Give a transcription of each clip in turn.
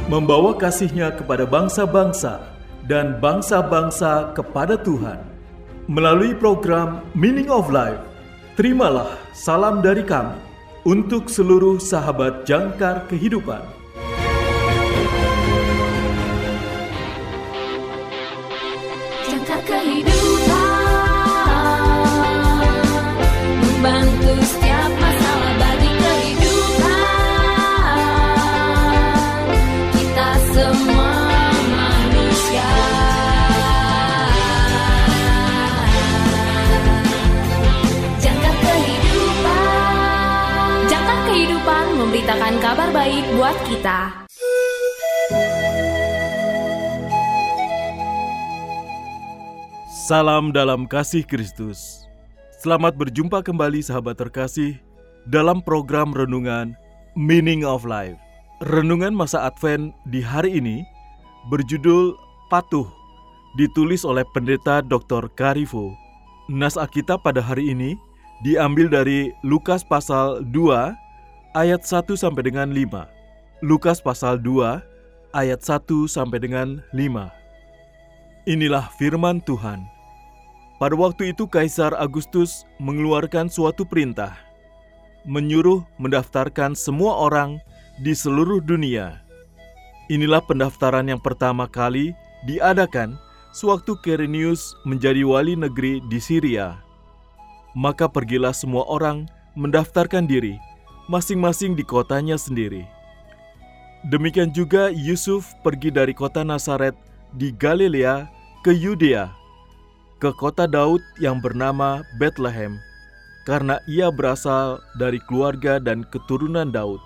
membawa kasih-Nya kepada bangsa-bangsa dan bangsa-bangsa kepada Tuhan. Melalui program Meaning of Life, terimalah salam dari kami untuk seluruh sahabat jangkar kehidupan. Jangkar kehidupan, membantu setiap masalah bagi kehidupan kita semua manusia. Jangkar kehidupan memberitakan kabar baik buat kita. Salam dalam kasih Kristus. Selamat berjumpa kembali sahabat terkasih dalam program renungan Meaning of Life. Renungan masa Advent di hari ini berjudul Patuh, ditulis oleh Pendeta Dr. Karifo. Nas Alkitab pada hari ini diambil dari Lukas pasal 2 ayat 1 sampai dengan 5. Lukas pasal 2 ayat 1 sampai dengan 5. Inilah firman Tuhan. Pada waktu itu Kaisar Agustus mengeluarkan suatu perintah, menyuruh mendaftarkan semua orang di seluruh dunia. Inilah pendaftaran yang pertama kali diadakan sewaktu Quirinius menjadi wali negeri di Syria. Maka pergilah semua orang mendaftarkan diri, masing-masing di kotanya sendiri. Demikian juga Yusuf pergi dari kota Nazaret di Galilea ke Yudea, ke kota Daud yang bernama Bethlehem, karena ia berasal dari keluarga dan keturunan Daud,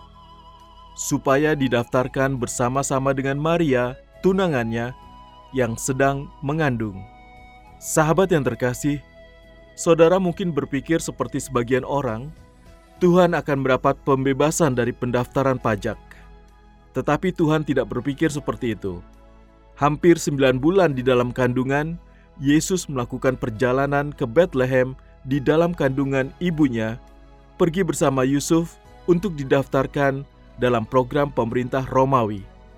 supaya didaftarkan bersama-sama dengan Maria, tunangannya, yang sedang mengandung. Sahabat yang terkasih, saudara mungkin berpikir seperti sebagian orang, Tuhan akan mendapat pembebasan dari pendaftaran pajak. Tetapi Tuhan tidak berpikir seperti itu. Hampir 9 bulan di dalam kandungan, Yesus melakukan perjalanan ke Bethlehem di dalam kandungan ibunya, pergi bersama Yusuf untuk didaftarkan dalam program pemerintah Romawi.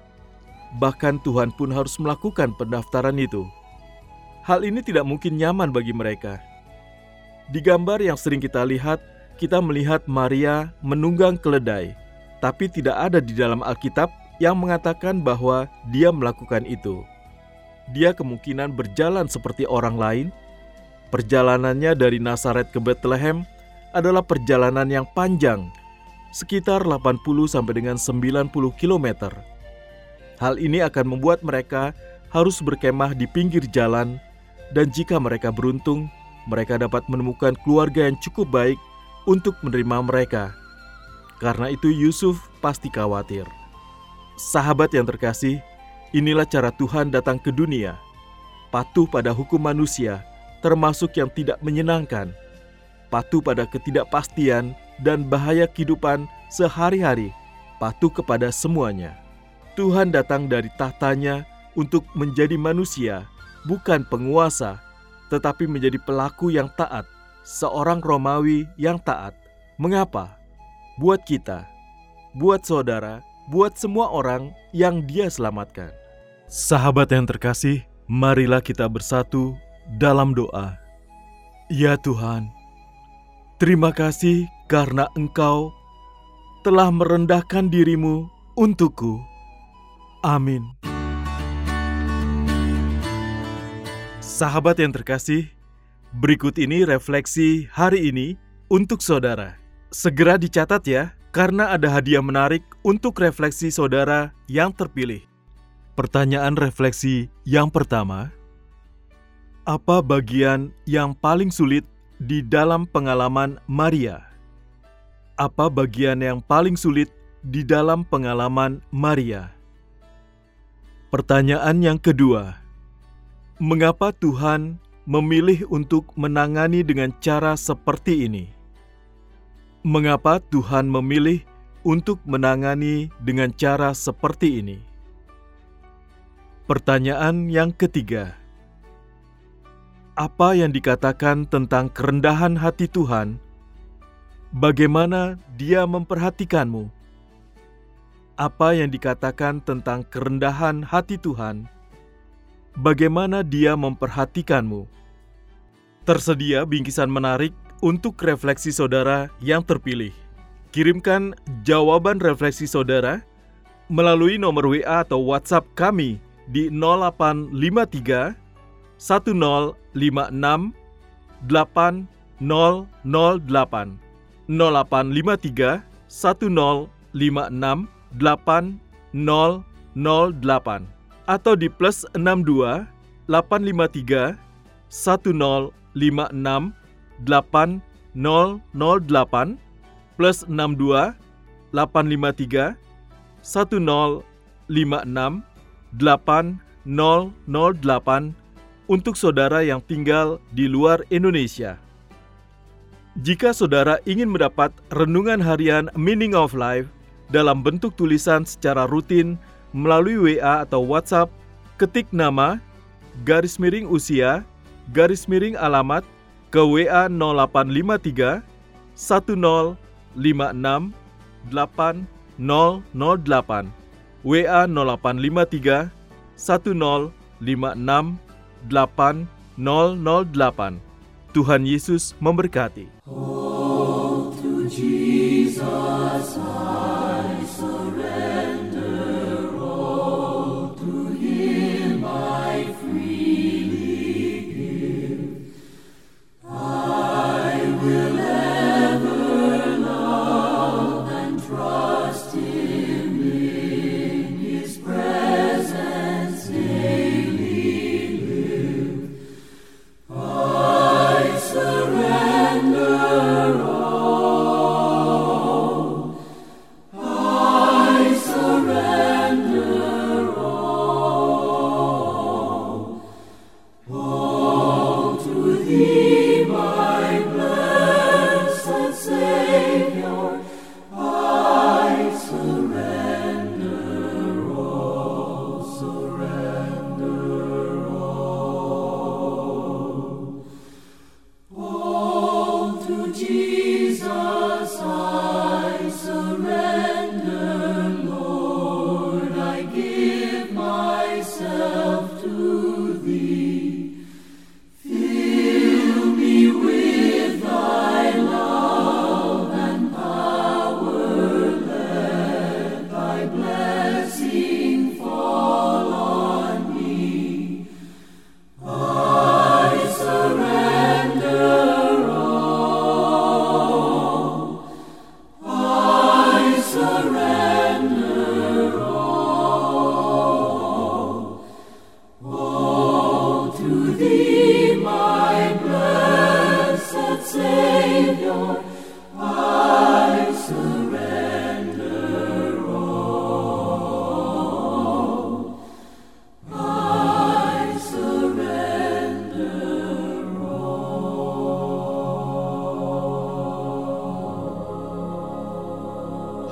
Bahkan Tuhan pun harus melakukan pendaftaran itu. Hal ini tidak mungkin nyaman bagi mereka. Di gambar yang sering kita lihat, kita melihat Maria menunggang keledai, tapi tidak ada di dalam Alkitab yang mengatakan bahwa dia melakukan itu. Dia kemungkinan berjalan seperti orang lain. Perjalanannya dari Nazaret ke Bethlehem adalah perjalanan yang panjang, sekitar 80 sampai dengan 90 km. Hal ini akan membuat mereka harus berkemah di pinggir jalan, dan jika mereka beruntung, mereka dapat menemukan keluarga yang cukup baik untuk menerima mereka. Karena itu Yusuf pasti khawatir. Sahabat yang terkasih, inilah cara Tuhan datang ke dunia, patuh pada hukum manusia, termasuk yang tidak menyenangkan, patuh pada ketidakpastian dan bahaya kehidupan sehari-hari, patuh kepada semuanya. Tuhan datang dari tahtanya untuk menjadi manusia, bukan penguasa, tetapi menjadi pelaku yang taat, seorang Romawi yang taat. Mengapa? Buat kita, buat saudara, buat semua orang yang Dia selamatkan. Sahabat yang terkasih, marilah kita bersatu dalam doa. Ya Tuhan, terima kasih karena Engkau telah merendahkan diri-Mu untukku. Amin. Sahabat yang terkasih, berikut ini refleksi hari ini untuk saudara. Segera dicatat ya, karena ada hadiah menarik untuk refleksi saudara yang terpilih. Pertanyaan refleksi yang pertama, apa bagian yang paling sulit di dalam pengalaman Maria? Apa bagian yang paling sulit di dalam pengalaman Maria? Pertanyaan yang kedua, mengapa Tuhan memilih untuk menangani dengan cara seperti ini? Mengapa Tuhan memilih untuk menangani dengan cara seperti ini? Pertanyaan yang ketiga, apa yang dikatakan tentang kerendahan hati Tuhan? Bagaimana Dia memperhatikanmu? apa yang dikatakan tentang kerendahan hati Tuhan, bagaimana Dia memperhatikanmu. Tersedia bingkisan menarik untuk refleksi saudara yang terpilih. Kirimkan jawaban refleksi saudara melalui nomor WA atau WhatsApp kami di 0853 1056 8008 0853 1056 8008 atau di plus 62 853 1056 8008 plus 62 853 1056 8008 untuk saudara yang tinggal di luar Indonesia. Jika saudara ingin mendapat renungan harian Meaning of Life dalam bentuk tulisan secara rutin melalui WA atau WhatsApp, ketik nama, _usia_alamat ke WA 0853 1056 8008, WA 0853 1056 8008. Tuhan Yesus memberkati. Oh, to Jesus I surrender all, to Him I freely give. I will ever love and trust Him in His presence daily live. I surrender all. I surrender all. All to Thee, my blessed Savior. I surrender all. Surrender all. All to Jesus I surrender, Lord, I give myself to Thee. Fill me with Thy love and power, let Thy blessing fall on me. I surrender all. I surrender all. All to Thee, my blessed Savior. I surrender all. I surrender all.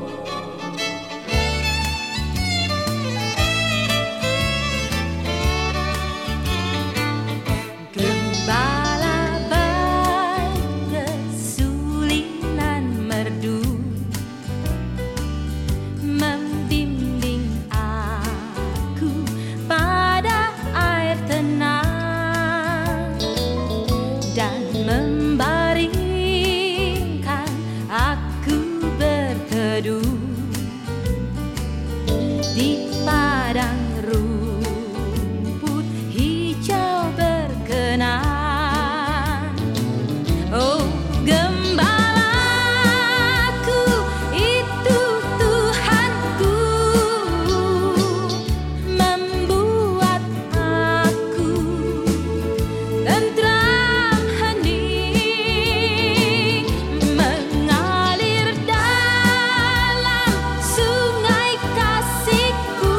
Gembala baik kesulitan merdu, membimbing aku pada air tenang dan membaringkan aku berteduh di padang rumput hijau berkenan. Oh, gembalaku itu Tuhanku, membuat aku tentram hening, mengalir dalam sungai kasih-Ku.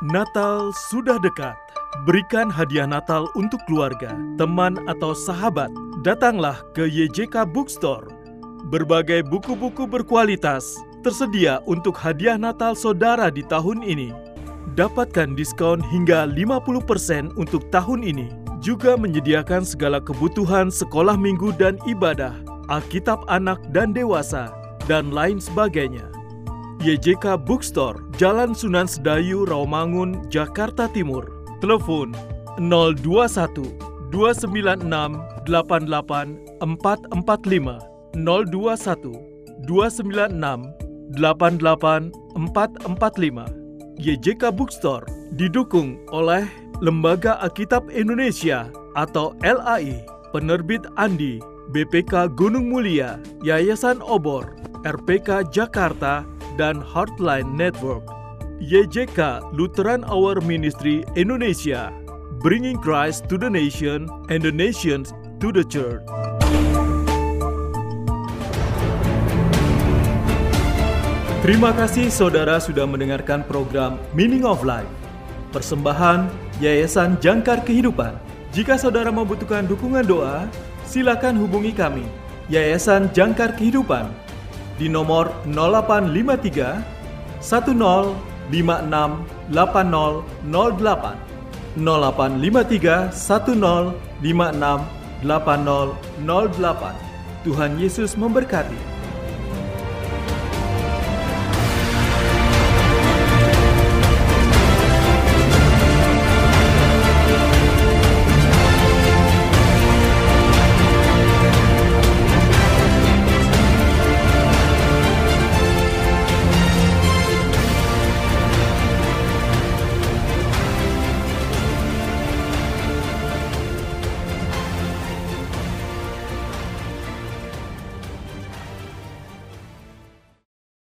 Natal sudah dekat. Berikan hadiah Natal untuk keluarga, teman atau sahabat. Datanglah ke YJK Bookstore. Berbagai buku-buku berkualitas tersedia untuk hadiah Natal saudara di tahun ini. Dapatkan diskon hingga 50% untuk tahun ini. Juga menyediakan segala kebutuhan sekolah minggu dan ibadah, Alkitab anak dan dewasa, dan lain sebagainya. YJK Bookstore, Jalan Sunan Sedayu, Rawamangun, Jakarta Timur. Telepon 021 296 88 445 021 296 88 445. YJK Bookstore didukung oleh Lembaga Alkitab Indonesia atau LAI, Penerbit Andi, BPK Gunung Mulia, Yayasan Obor, RPK Jakarta, dan Heartline Network. YJK Lutheran Hour Ministry Indonesia, bringing Christ to the nation and the nations to the church. Terima kasih saudara sudah mendengarkan program Meaning of Life, persembahan Yayasan Jangkar Kehidupan. Jika saudara membutuhkan dukungan doa, silakan hubungi kami, Yayasan Jangkar Kehidupan, di nomor 0853 1056 8008 0853 1056 8008. Tuhan Yesus memberkati.